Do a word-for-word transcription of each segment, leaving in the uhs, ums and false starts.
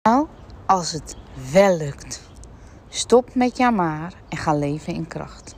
Nou, als het wel lukt. Stop met ja maar en ga leven in kracht.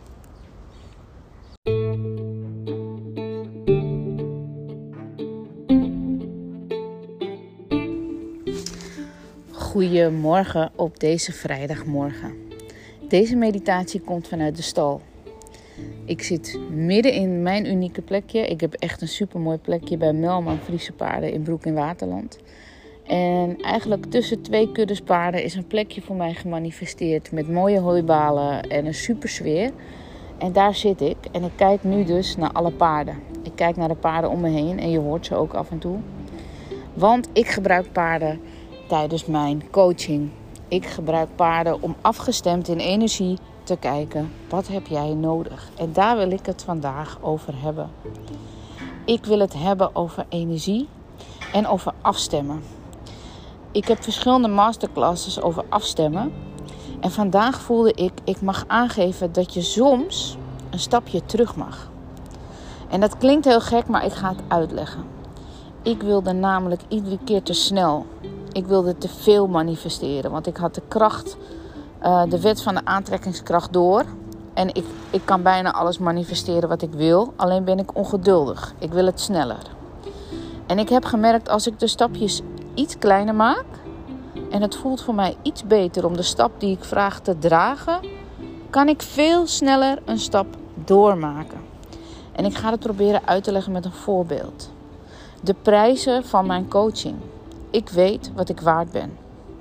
Goedemorgen op deze vrijdagmorgen. Deze meditatie komt vanuit de stal. Ik zit midden in mijn unieke plekje. Ik heb echt een supermooi plekje bij Melman Friese Paarden in Broek in Waterland. En eigenlijk tussen twee kuddes paarden is een plekje voor mij gemanifesteerd met mooie hooibalen en een super sfeer. En daar zit ik en ik kijk nu dus naar alle paarden. Ik kijk naar de paarden om me heen en je hoort ze ook af en toe. Want ik gebruik paarden tijdens mijn coaching. Ik gebruik paarden om afgestemd in energie te kijken. Wat heb jij nodig? En daar wil ik het vandaag over hebben. Ik wil het hebben over energie en over afstemmen. Ik heb verschillende masterclasses over afstemmen. En vandaag voelde ik, ik mag aangeven dat je soms een stapje terug mag. En dat klinkt heel gek, maar ik ga het uitleggen. Ik wilde namelijk iedere keer te snel. Ik wilde te veel manifesteren. Want ik had de kracht, uh, de wet van de aantrekkingskracht door. En ik, ik kan bijna alles manifesteren wat ik wil. Alleen ben ik ongeduldig. Ik wil het sneller. En ik heb gemerkt als ik de stapjes iets kleiner maak. En het voelt voor mij iets beter om de stap die ik vraag te dragen. Kan ik veel sneller een stap doormaken. En ik ga het proberen uit te leggen met een voorbeeld. De prijzen van mijn coaching. Ik weet wat ik waard ben.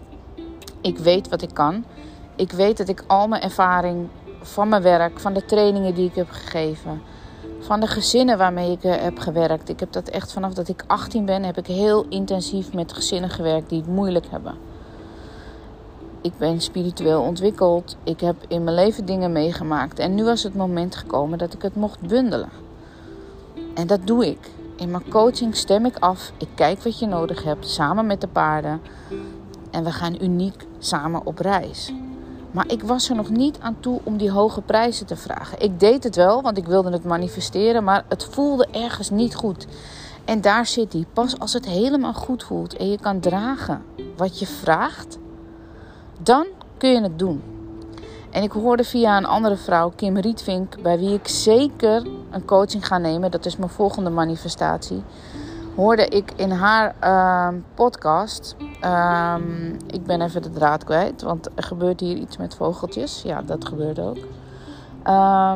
Ik weet wat ik kan. Ik weet dat ik al mijn ervaring van mijn werk, van de trainingen die ik heb gegeven, van de gezinnen waarmee ik heb gewerkt. Ik heb dat echt vanaf dat ik achttien ben, heb ik heel intensief met gezinnen gewerkt die het moeilijk hebben. Ik ben spiritueel ontwikkeld. Ik heb in mijn leven dingen meegemaakt. En nu was het moment gekomen dat ik het mocht bundelen. En dat doe ik. In mijn coaching stem ik af. Ik kijk wat je nodig hebt, samen met de paarden. En we gaan uniek samen op reis. Maar ik was er nog niet aan toe om die hoge prijzen te vragen. Ik deed het wel, want ik wilde het manifesteren. Maar het voelde ergens niet goed. En daar zit hij. Pas als het helemaal goed voelt en je kan dragen wat je vraagt, dan kun je het doen. En ik hoorde via een andere vrouw, Kim Rietvink, bij wie ik zeker een coaching ga nemen. Dat is mijn volgende manifestatie. Hoorde ik in haar uh, podcast. Uh, ik ben even de draad kwijt, want er gebeurt hier iets met vogeltjes. Ja, dat gebeurt ook. Uh,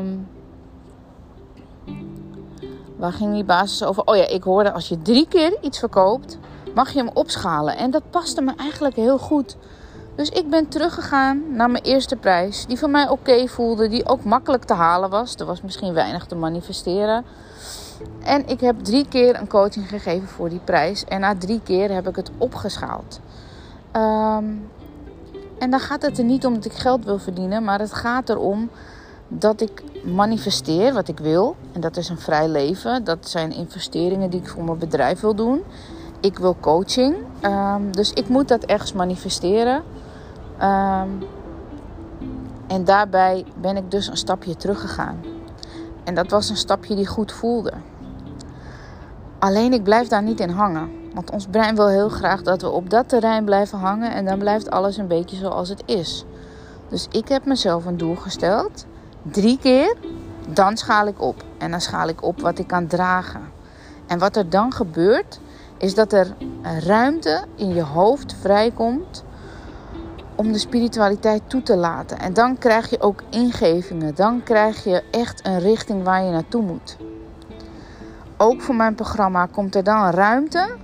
waar ging die basis over? Oh ja, ik hoorde als je drie keer iets verkoopt, mag je hem opschalen. En dat paste me eigenlijk heel goed. Dus ik ben teruggegaan naar mijn eerste prijs. Die voor mij oké voelde. Die ook makkelijk te halen was. Er was misschien weinig te manifesteren. En ik heb drie keer een coaching gegeven voor die prijs. En na drie keer heb ik het opgeschaald. Um, en dan gaat het er niet om dat ik geld wil verdienen. Maar het gaat erom dat ik manifesteer wat ik wil. En dat is een vrij leven. Dat zijn investeringen die ik voor mijn bedrijf wil doen. Ik wil coaching. Um, dus ik moet dat ergens manifesteren. Um, en daarbij ben ik dus een stapje teruggegaan. En dat was een stapje die goed voelde. Alleen ik blijf daar niet in hangen. Want ons brein wil heel graag dat we op dat terrein blijven hangen. En dan blijft alles een beetje zoals het is. Dus ik heb mezelf een doel gesteld. Drie keer. Dan schaal ik op. En dan schaal ik op wat ik kan dragen. En wat er dan gebeurt, is dat er ruimte in je hoofd vrijkomt om de spiritualiteit toe te laten. En dan krijg je ook ingevingen. Dan krijg je echt een richting waar je naartoe moet. Ook voor mijn programma komt er dan ruimte.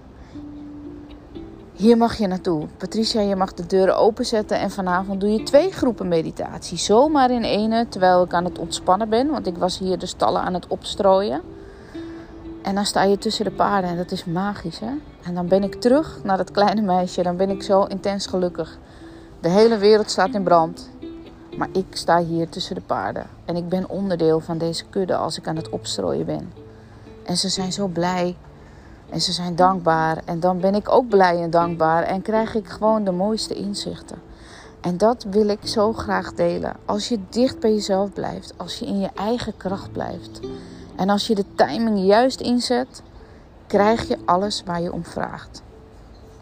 Hier mag je naartoe. Patricia, je mag de deuren openzetten. En vanavond doe je twee groepen meditatie. Zomaar in ene, terwijl ik aan het ontspannen ben. Want ik was hier de stallen aan het opstrooien. En dan sta je tussen de paarden. En dat is magisch, hè? En dan ben ik terug naar dat kleine meisje. Dan ben ik zo intens gelukkig. De hele wereld staat in brand. Maar ik sta hier tussen de paarden. En ik ben onderdeel van deze kudde als ik aan het opstrooien ben. En ze zijn zo blij. En ze zijn dankbaar. En dan ben ik ook blij en dankbaar. En krijg ik gewoon de mooiste inzichten. En dat wil ik zo graag delen. Als je dicht bij jezelf blijft. Als je in je eigen kracht blijft. En als je de timing juist inzet, krijg je alles waar je om vraagt.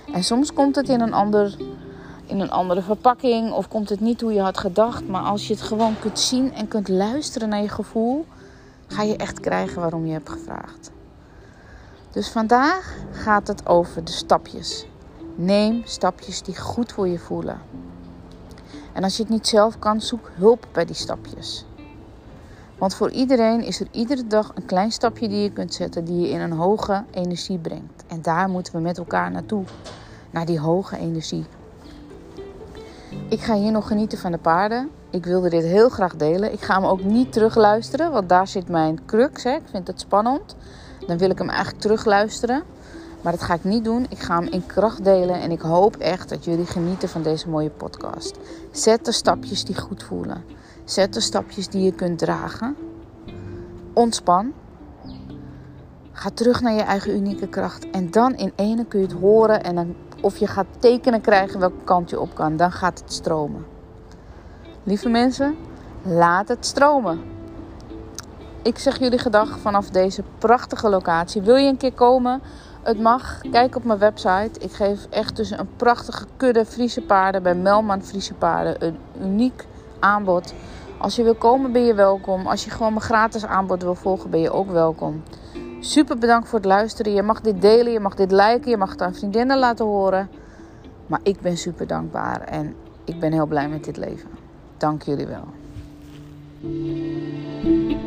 En soms komt het in een, ander, in een andere verpakking of komt het niet hoe je had gedacht. Maar als je het gewoon kunt zien en kunt luisteren naar je gevoel, ga je echt krijgen waarom je hebt gevraagd. Dus vandaag gaat het over de stapjes. Neem stapjes die goed voor je voelen. En als je het niet zelf kan, zoek hulp bij die stapjes. Want voor iedereen is er iedere dag een klein stapje die je kunt zetten die je in een hoge energie brengt. En daar moeten we met elkaar naartoe. Naar die hoge energie. Ik ga hier nog genieten van de paarden. Ik wilde dit heel graag delen. Ik ga hem ook niet terugluisteren, want daar zit mijn crux. Hè. Ik vind het spannend. Dan wil ik hem eigenlijk terugluisteren. Maar dat ga ik niet doen. Ik ga hem in kracht delen. En ik hoop echt dat jullie genieten van deze mooie podcast. Zet de stapjes die goed voelen. Zet de stapjes die je kunt dragen. Ontspan. Ga terug naar je eigen unieke kracht. En dan in ene kun je het horen. En dan, of je gaat tekenen krijgen welke kant je op kan. Dan gaat het stromen. Lieve mensen, laat het stromen. Ik zeg jullie gedag vanaf deze prachtige locatie. Wil je een keer komen? Het mag. Kijk op mijn website. Ik geef echt dus een prachtige kudde Friese paarden bij Melman Friese Paarden. Een uniek aanbod. Als je wil komen ben je welkom. Als je gewoon mijn gratis aanbod wil volgen ben je ook welkom. Super bedankt voor het luisteren. Je mag dit delen, je mag dit liken, je mag het aan vriendinnen laten horen. Maar ik ben super dankbaar en ik ben heel blij met dit leven. Dank jullie wel.